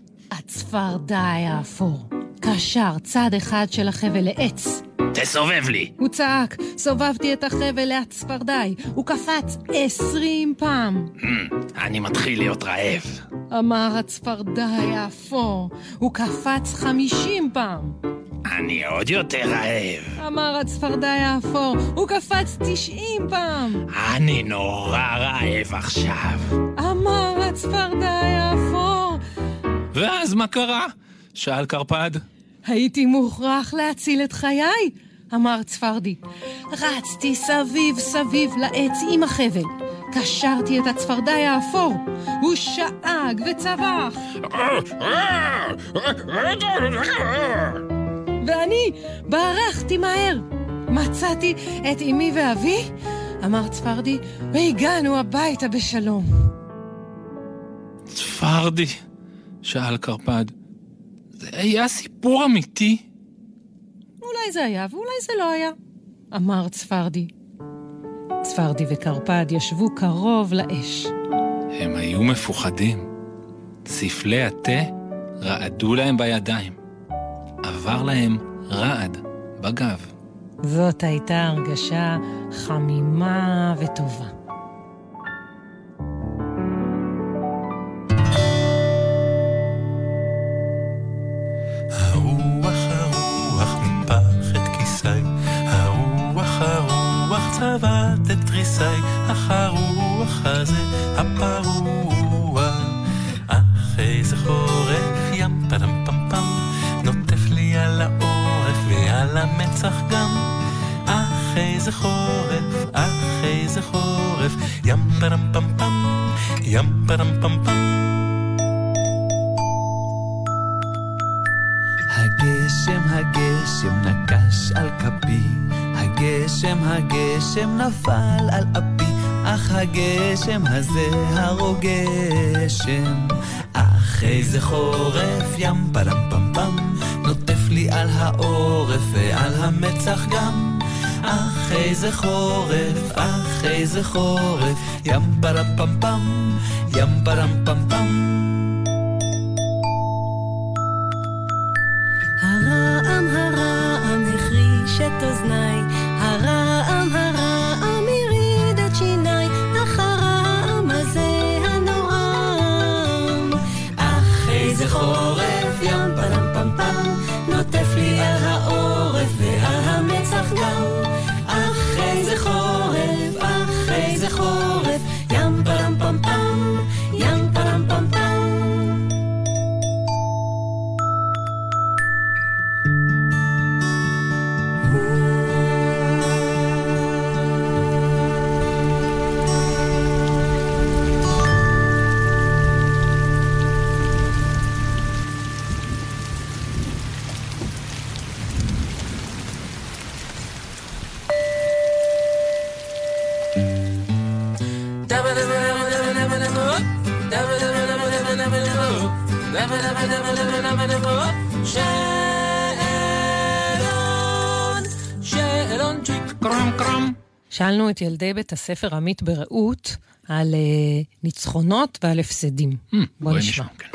הצפרדאי האפור קשר צד אחד של החבל לעץ. תסובב לי! הוא צעק, סובבתי את החבל להצפרדאי. הוא קפץ עשרים פעם. אני מתחיל להיות רעב. אמר הצפרדאי האפור. הוא קפץ חמישים פעם. אני עוד יותר רעב. אמר הצפרדאי האפור. הוא קפץ תשעים פעם. אני נורא רעב עכשיו. אמר הצפרדאי האפור. ואז מה קרה? שאל קרפד. הייתי מוכרח להציל את חיי, אמר צפרדי. רצתי סביב סביב לעץ עם החבל. קשרתי את הצפרדאי האפור. הוא שאג וצבח. ואני ברחתי מהר. מצאתי את אמי ואבי, אמר צפרדי, והגענו הביתה בשלום. צפרדי, שאל קרפד. זה היה סיפור אמיתי? אולי זה היה ואולי זה לא היה, אמר צפרדי. צפרדי וקרפד ישבו קרוב לאש. הם היו מפוחדים. ספלי התה רעדו להם בידיים. עבר להם רעד בגב. זאת הייתה הרגשה חמימה וטובה. צבעת את תריסי, אך הרוח הזה הפרוע. אך איזה חורף ים פדם פם פם, נוטף לי על העורף ועל המצח גם. אך איזה חורף, אך איזה חורף, ים פדם פם פם, ים פדם פם פם. הגשם הגשם נקש על כפי, הגשם הגשם נפל על אפי, אך הגשם הזה הרוגשם. אך איזה חורף ים פדם פם פם, נוטף לי על העורף ועל המצח גם. אך איזה חורף, אך איזה חורף, ים פדם פם פם, ים פדם פם פם. הרעם הרעם החריב את אוזניי, הרעם הרעם יריד את שיניי, אך הרעם הזה הנורם. אך איזה חורף ים פלם פם פם, נוטף לי על העורף ועל המצח גם. אך איזה חורף, אך איזה חורף, ים פלם פם פם, ים פלם פם פם. שאלנו את ילדי בית הספר עמית ברעות על uh, ניצחונות ועל הפסדים. Mm, בוא נשמע. כן.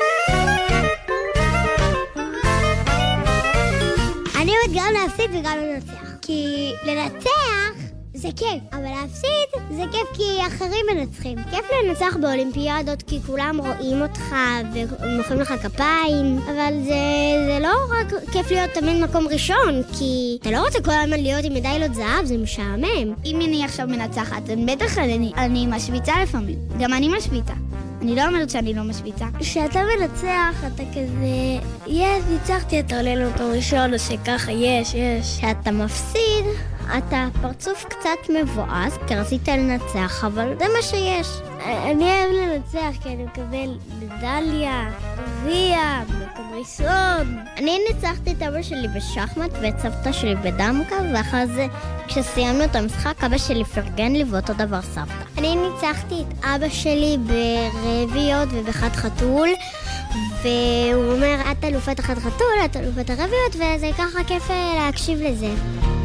אני אוהבת גם להפסיד וגם לנצח. כי לנצח זה כיף, אבל להפסיד זה כיף כי אחרים מנצחים. כיף לנצח באולימפיאדות כי כולם רואים אותך ומוחאים לך כפיים, אבל זה, זה לא רק כיף להיות תמיד מקום ראשון, כי אתה לא רוצה כל הזמן להיות עם מדליות זהב, זה משעמם. אם אני עכשיו מנצחת, בטח אני, אני משוויצה לפעמים. גם אני משוויצה. אני לא אומרת שאני לא משוויצה. כשאתה מנצח, אתה כזה, יש, ניצחתי, אתה עולה לאותו ראשון, או שככה, יש, יש. כשאתה מפסיד, אתה פרצוף קצת מבואס, כי רצית לנצח, אבל זה מה שיש. אני אוהב לנצח, כי אני מקבל מדליה, גביע, מקום ראשון. אני ניצחתי את אבא שלי בשחמט ואת סבתא שלי בדמקה, ואחרי זה, כשסיימנו את המשחק, אבא שלי פרגן לי ואותו דבר סבתא. אני ניצחתי את אבא שלי ברביות ובחד חתול, והוא אומר, את אלופת החד חתול, את אלופת הרביות, וזה ככה כיף להקשיב לזה.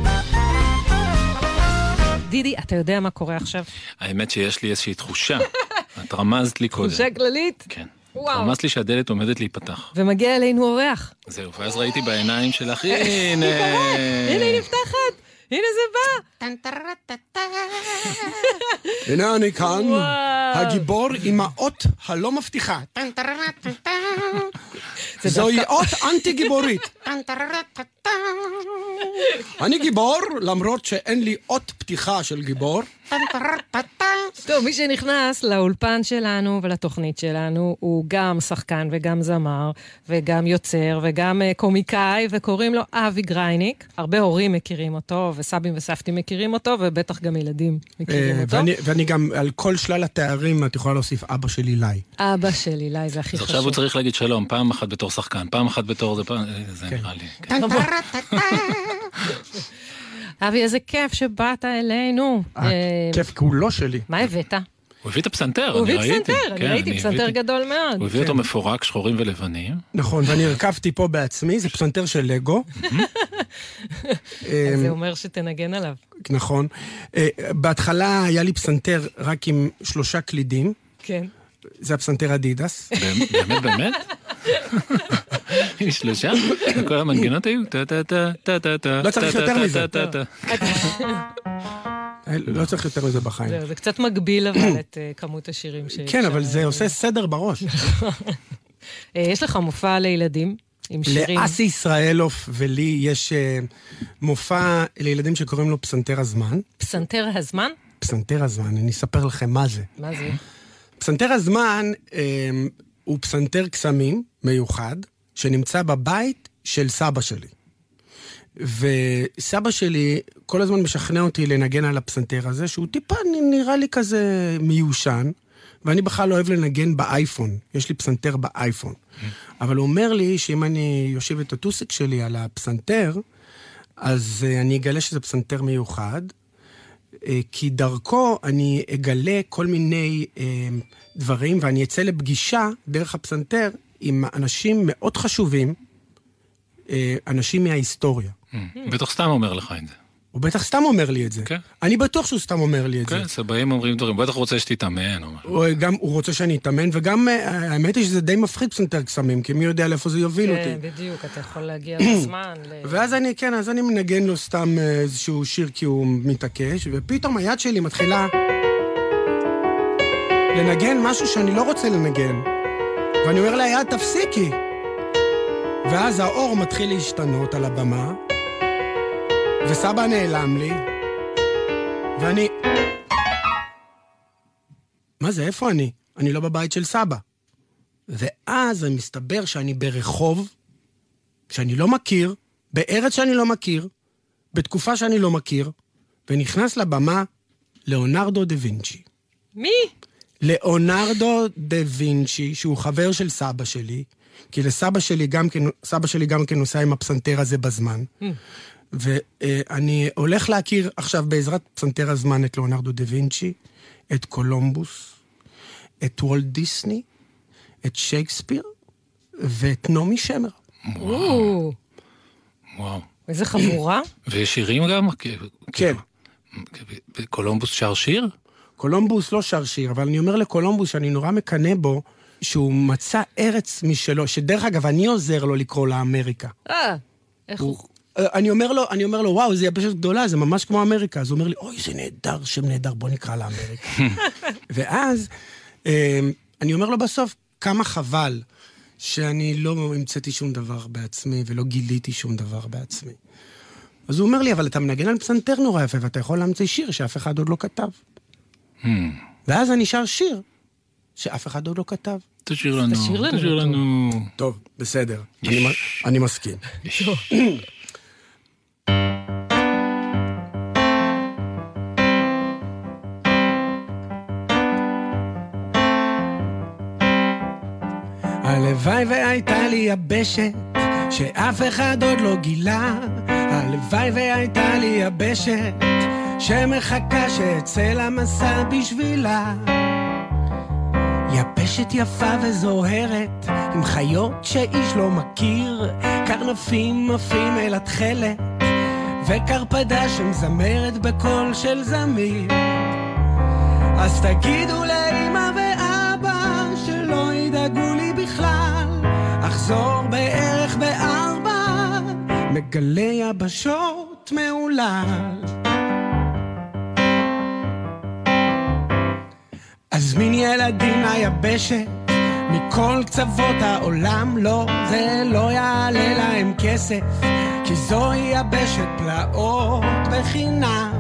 דידי, אתה יודע מה קורה עכשיו? האמת שיש לי איזושהי תחושה. את רמזת לי קודם. תחושה כללית? כן. רמזת לי שהדלת עומדת להיפתח. ומגיע אלינו אורח. זהו, ואז ראיתי בעיניים שלך, הנה. הנה היא נפתחת. הנה זה בא. הנה אני כאן, הגיבור עם האות הלא מבטיחה. זוהי אות אנטי גיבורית. אני גיבור, למרות שאין לי אות פתיחה של גיבור. טוב, מי שנכנס לאולפן שלנו ולתוכנית שלנו הוא גם שחקן וגם זמר וגם יוצר וגם קומיקאי, וקוראים לו אבי גרייניק. הרבה הורים מכירים אותו, וסבים וסבתים מכירים אותו, ובטח גם ילדים מכירים אותו. ואני, ואני גם על כל שלל התארים את יכולה להוסיף אבא שלי לי. אבא שלי לי, זה הכי חשוב. עכשיו הוא צריך להגיד שלום, פעם אחת בתור שחקן, פעם אחת בתור זה, פעם... זה נראה לי. אבי, איזה כיף שבאת אלינו. כיף כולו שלי. מה הבאת? הוא הביא את הפסנתר, הוא אני הביא ראיתי. פסנתר, אני ראיתי פסנתר גדול מאוד. הוא הביא אותו מפורק, שחורים ולבנים. נכון, ואני הרכבתי פה בעצמי, זה פסנתר של לגו. זה אומר שתנגן עליו. נכון. בהתחלה היה לי פסנתר רק עם שלושה קלידים. כן. זה הפסנתר אדידס. באמת, באמת? עם שלושה? כל המנגנות היו? לא צריך יותר מזה. לא צריך יותר מזה בחיים. זה קצת מגביל אבל את כמות השירים שיש. כן, אבל זה עושה סדר בראש. יש לך מופע לילדים עם שירים. לאסי ישראלוף ולי יש מופע לילדים שקוראים לו פסנתר הזמן. פסנתר הזמן? פסנתר הזמן, אני אספר לכם מה זה. מה זה? פסנתר הזמן הוא פסנתר קסמים מיוחד, שנמצא בבית של סבא שלי. וסבא שלי כל הזמן משכנע אותי לנגן על הפסנתר הזה, שהוא טיפה נראה לי כזה מיושן, ואני בכלל לא אוהב לנגן באייפון. יש לי פסנתר באייפון. אבל הוא אומר לי שאם אני יושב את הטוסק שלי על הפסנתר, אז אני אגלה שזה פסנתר מיוחד, כי דרכו אני אגלה כל מיני דברים, ואני אצא לפגישה דרך הפסנתר עם אנשים מאוד חשובים, אנשים מההיסטוריה. בטח סתם אומר לך את זה. הוא בטח סתם אומר לי את זה. כן. אני בטוח שהוא סתם אומר לי את זה. כן, סבאים אומרים דברים, בטח הוא רוצה שתתאמן או משהו. הוא, גם, הוא רוצה שאני אתאמן, וגם האמת היא שזה די מפחיד פסנתר קסמים, כי מי יודע לאיפה זה יוביל אותי. כן, בדיוק, אתה יכול להגיע לזמן. ואז אני, כן, אז אני מנגן לו סתם איזשהו שיר כי הוא מתעקש, ופתאום היד שלי מתחילה לנגן משהו שאני לא רוצה לנגן. ואני אומר לה, יד, תפסיקי. ואז האור מתחיל להשתנות על הבמה, וסבא נעלם לי, ואני... מה זה, איפה אני? אני לא בבית של סבא. ואז אני מסתבר שאני ברחוב, שאני לא מכיר, בארץ שאני לא מכיר, בתקופה שאני לא מכיר, ונכנס לבמה ליאונרדו דה וינצ'י. מי? ליאונרדו דה וינצ'י, שהוא חבר של סבא שלי, כי לסבא שלי גם כן, סבא שלי גם כן נוסע עם הפסנתר הזה בזמן. ואני הולך להכיר עכשיו בעזרת פסנתר הזמן את ליאונרדו דה וינצ'י, את קולומבוס, את וולט דיסני, את שייקספיר, ואת נעמי שמר. וואו. וואו. איזה חבורה. ויש שירים גם? כן. קולומבוס שר שיר? קולומבוס לא שר שיר, אבל אני אומר לקולומבוס שאני נורא מקנה בו, שהוא מצא ארץ משלו, שדרך אגב, אני עוזר לו לקרוא לאמריקה. אה, איך הוא... אני אומר לו, אני אומר לו, וואו, זה יבשת גדולה, זה ממש כמו אמריקה. אז הוא אומר לי, אוי, זה נהדר, שם נהדר, בוא נקרא לאמריקה. ואז אני אומר לו בסוף, כמה חבל שאני לא המצאתי שום דבר בעצמי, ולא גיליתי שום דבר בעצמי. אז הוא אומר לי, אבל אתה מנגן על פסנתר נורא יפה, ואתה יכול להמציא שיר שאף אחד עוד לא כתב. ואז אני שר שיר שאף אחד עוד לא כתב. תשאיר לנו. תשאיר לנו. תשאיר לנו. טוב, בסדר. אני מסכים. הלוואי והייתה לי יבשת שאף אחד עוד לא גילה. הלוואי והייתה לי יבשת שמחכה שאצא למסע בשבילה. יבשת יפה וזוהרת עם חיות שאיש לא מכיר, קרנפים עפים אל התכלת וקרפדה שמזמרת בקול של זמיר. אז תגידו לאמא ואבא שלא ידאגו לי בכלל, אחזור בערך בארבע, מגלה יבשות מעולל. אזמין ילדים ליבשת מכל קצוות העולם, לא, זה לא יעלה להם כסף, כי זוהי יבשת פלאות בחינם.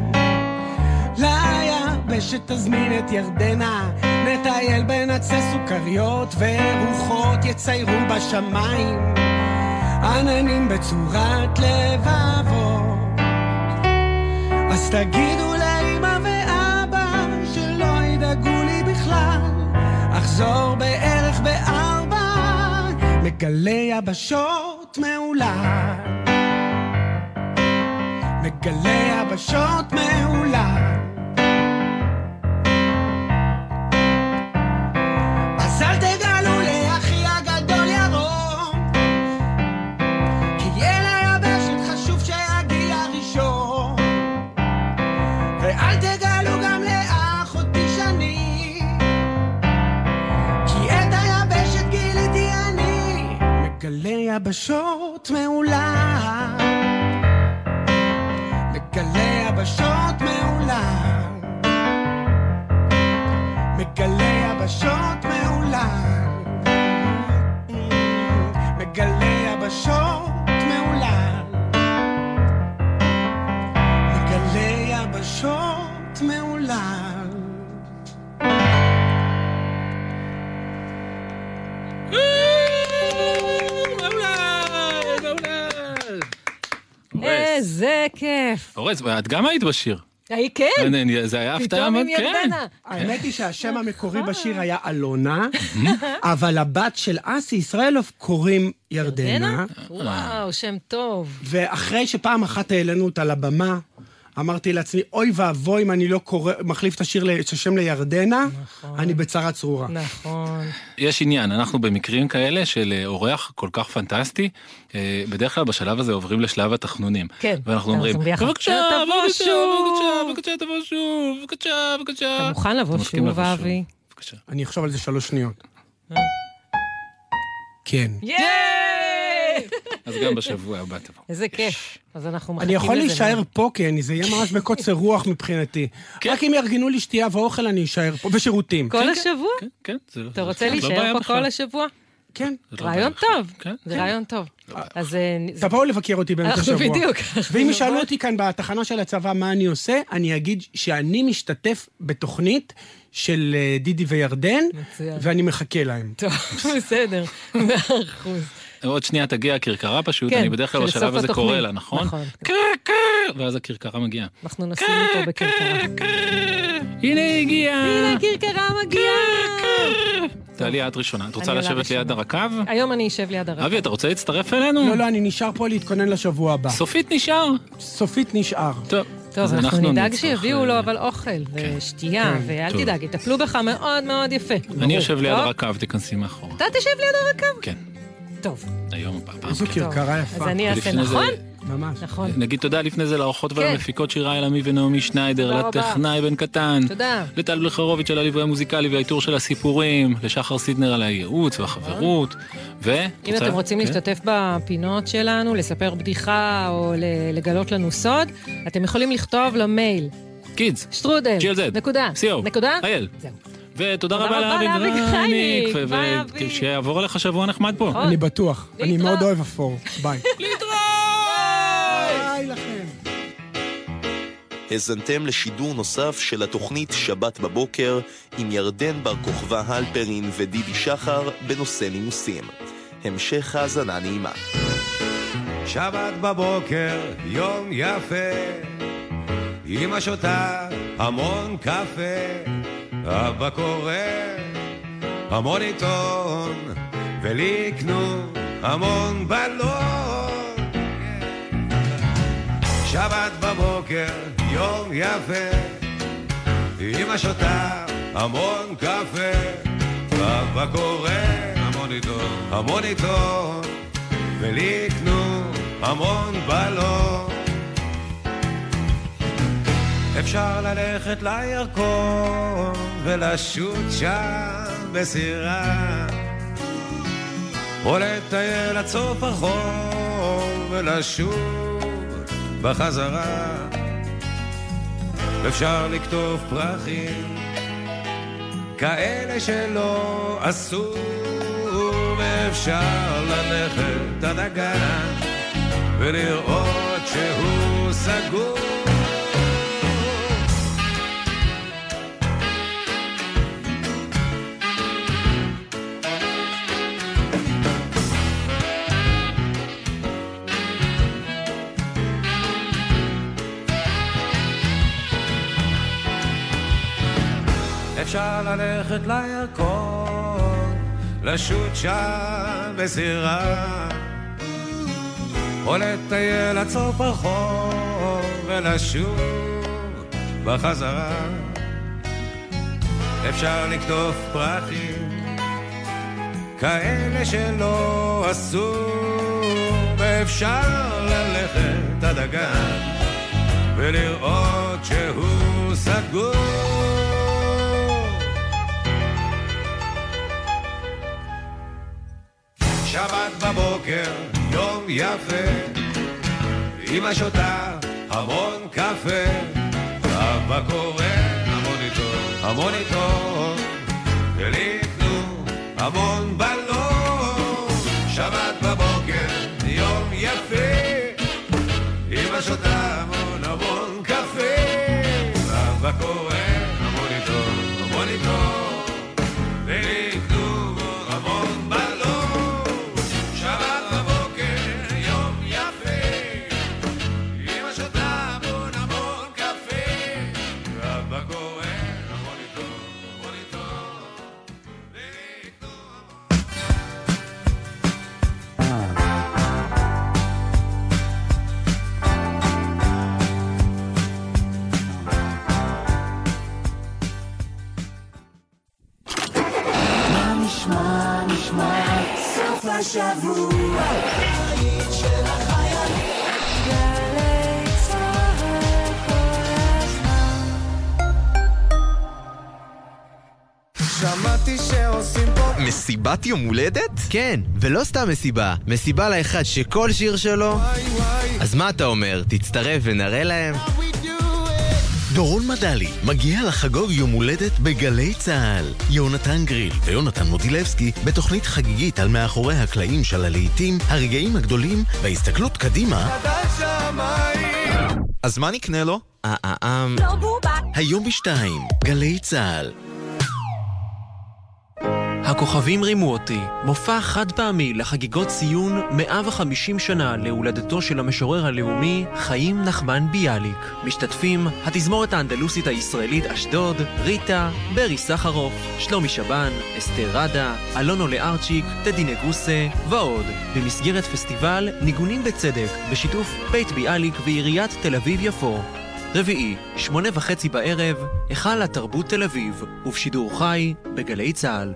ליבשת תזמין את ירדנה, נטייל בנצי סוכריות ורוחות יציירו בשמיים עננים בצורת לבבות. אז תגידו לאמא ואבא שלא ידאגו לי בכלל, אחזור בערך בארבע, מגלה יבשות מעולה, מגלה יבשות מעולה. אז אל תגלו לאחי הגדול ירום, כי יהיה ליבשת חשוב שיגיע ראשון, ואל תגלו גם לאחותי שני, כי את היבשת גיליתי אני, מגלה יבשות מעולה, מגלה יבשות מעולה, מגלה יבשות מעולה, מגלה יבשות מעולה, מגלה יבשות מעולה. איזה כיף. אורז, את גם היית בשיר. היי, כן. זה היה הפתעה. פתאום עם ירדנה. האמת היא שהשם המקורי בשיר היה אלונה, אבל הבת של אסי ישראלוב קוראים ירדנה. וואו, שם טוב. ואחרי שפעם אחת העלינו אותה לבמה, אמרתי לעצמי, אוי ואבוי אם אני לא קורא, מחליף את השיר, את השם לירדנה, נכון. אני בצרה צרורה. נכון. יש עניין, אנחנו במקרים כאלה של אורח כל כך פנטסטי, בדרך כלל בשלב הזה עוברים לשלב התחנונים. כן. ואנחנו אומרים, בבקשה, בבקשה, בבקשה, בבקשה, תבוא שוב, בבקשה, בבקשה. אתה מוכן לבוא שוב, אבי? בבקשה. אני אחשוב על זה שלוש שניות. כן. ייי! אז גם בשבוע הבא תבוא. איזה כיף. אז אנחנו מחכים אני לזה. יכול להישאר פה, כי זה יהיה ממש בקוצר רוח מבחינתי. רק אם יארגנו לי שתייה ואוכל, אני אשאר פה, ושירותים. כל השבוע? כן, כן. אתה רוצה להישאר פה כל השבוע? כן. רעיון טוב. זה רעיון טוב. אז... תבואו לבקר אותי באמצע השבוע. אנחנו בדיוק. ואם ישאלו אותי כאן בתחנה של הצבא מה אני עושה, אני אגיד שאני משתתף בתוכנית של דידי וירדן, ואני מחכה להם. טוב, בסדר. מאה אחוז. עוד שנייה תגיע הקרקרה פשוט, אני בדרך כלל בשלב הזה קורא לה, נכון? נכון. ואז הקרקרה מגיעה. אנחנו נשים אותו בקרקרה. הנה הגיעה! הנה הקרקרה מגיעה! תעלי את ראשונה. את רוצה לשבת ליד הרקב? היום אני אשב ליד הרקב. אבי, אתה רוצה להצטרף אלינו? לא, לא, אני נשאר פה להתכונן לשבוע הבא. סופית נשאר? סופית נשאר. טוב. טוב, אנחנו נדאג שיביאו לו אבל אוכל ושתייה, ואל תדאג, יטפלו בך מאוד מאוד יפה. אני יושב ליד הרקב, תיכנסי מאחורה. אתה תשב ליד הרקב? כן. טוב. היום פעם. איזו קרקרה יפה. אז אני אעשה נכון? ממש. נכון. נגיד תודה לפני זה לאורחות ולמפיקות שירה אלעמי ונעמי שניידר, לטכנאי בן קטן. תודה. לטל בלחרוביץ' על הליווי המוזיקלי והאיתור של הסיפורים, לשחר סידנר על הייעוץ והחברות. ו... אם אתם רוצים להשתתף בפינות שלנו, לספר בדיחה או לגלות לנו סוד, אתם יכולים לכתוב למייל. קידס. שטרודל. ג'י אל זד. נקודה. סיו. נקודה. אייל. זהו. ותודה רבה לאבי גרייניק, ושיעבור עליך שבוע נחמד פה. אני בטוח, אני מאוד אוהב אפור. ביי. להתראות! ביי לכם. הזנתם לשידור נוסף של התוכנית שבת בבוקר עם ירדן בר כוכבא הלפרין ודידי שחר בנושא נימוסים. המשך האזנה נעימה. שבת בבוקר, יום יפה, אמא שותה המון קפה, אבא קורא המון עיתון, ולי יקנו המון בלון. שבת בבוקר, יום יפה, אמא שותה המון קפה, אבא קורא המון עיתון, המון עיתון, ולי יקנו המון בלון. אפשר ללכת לירקון ולשוט שם בסירה, או לטייל עד סוף החור ולשוב בחזרה. אפשר לכתוב פרחים כאלה שלא עשו, ואפשר ללכת עד הגן ולראות שהוא סגור. אפשר ללכת לירקון, לשוט שם בסירה, או לטייל עד סוף החור ולשוב בחזרה. אפשר לכתוב פרחים כאלה שלא עשו, ואפשר ללכת עד הגן ולראות שהוא סגור. שבת בבוקר, יום יפה, אמא שותה המון קפה, אבא קורא המון עיתון, המון עיתון, ולי יקנו המון בלון. שבת בבוקר, יום יפה, אמא שותה המון המון קפה, אבא קורא המון עיתון, המון עיתון, ולי יקנו המון בלון. נשמע, נשמע, סוף השבוע, בית של החיילים. גלי צהל כל הזמן. שמעתי שעושים פה מסיבת יום הולדת? כן, ולא סתם מסיבה, מסיבה לאחד שכל שיר שלו. אז מה אתה אומר, תצטרף ונראה להם? דורון מדלי מגיע לחגוג יום הולדת בגלי צהל. יונתן גריל ויונתן מודילבסקי בתוכנית חגיגית על מאחורי הקלעים של הלהיטים, הרגעים הגדולים וההסתכלות קדימה. אז מה נקנה לו? אה אה אה היום בשתיים, גלי צהל. הכוכבים רימו אותי, מופע חד פעמי לחגיגות ציון מאה וחמישים שנה להולדתו של המשורר הלאומי חיים נחמן ביאליק. משתתפים התזמורת האנדלוסית הישראלית אשדוד, ריטה, ברי סחרוף, שלומי שבן, אסתר רדה, אלונו לארצ'יק, טדי נגוסה ועוד, במסגרת פסטיבל ניגונים בצדק בשיתוף בית ביאליק ועיריית תל אביב יפו. רביעי, שמונה וחצי בערב, היכל התרבות תל אביב, ובשידור חי בגלי צהל.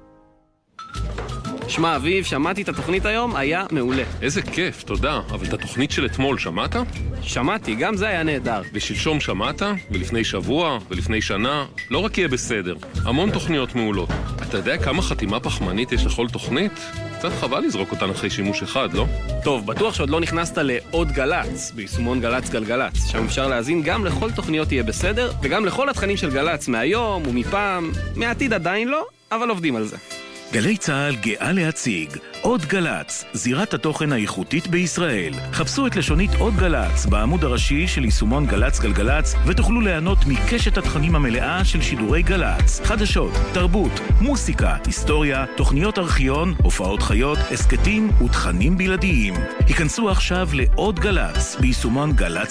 שמע אביב, שמעתי את התוכנית היום, היה מעולה. איזה כיף, תודה. אבל את התוכנית של אתמול שמעת? שמעתי, גם זה היה נהדר. ושלשום שמעת? ולפני שבוע? ולפני שנה? לא רק יהיה בסדר. המון תוכניות מעולות. אתה יודע כמה חתימה פחמנית יש לכל תוכנית? קצת חבל לזרוק אותן אחרי שימוש אחד, לא? טוב, בטוח שעוד לא נכנסת לעוד גלץ, ביישומון גלץ גלגלץ. שם אפשר להזין גם לכל תוכניות יהיה בסדר, וגם לכל התכנים של גלץ מהיום ומפעם. מעתיד עדיין לא, אבל עובדים על זה. גלי צהל גאה להציג עוד גלץ, זירת התוכן האיכותית בישראל. חפשו את לשונית עוד גלץ בעמוד הראשי של יישומון גלץ גלגלץ ותוכלו ליהנות מקשת התכנים המלאה של שידורי גלץ. חדשות, תרבות, מוסיקה, היסטוריה, תוכניות ארכיון, הופעות חיות, הסקטים ותכנים בלעדיים. היכנסו עכשיו לעוד גלץ ביישומון גלץ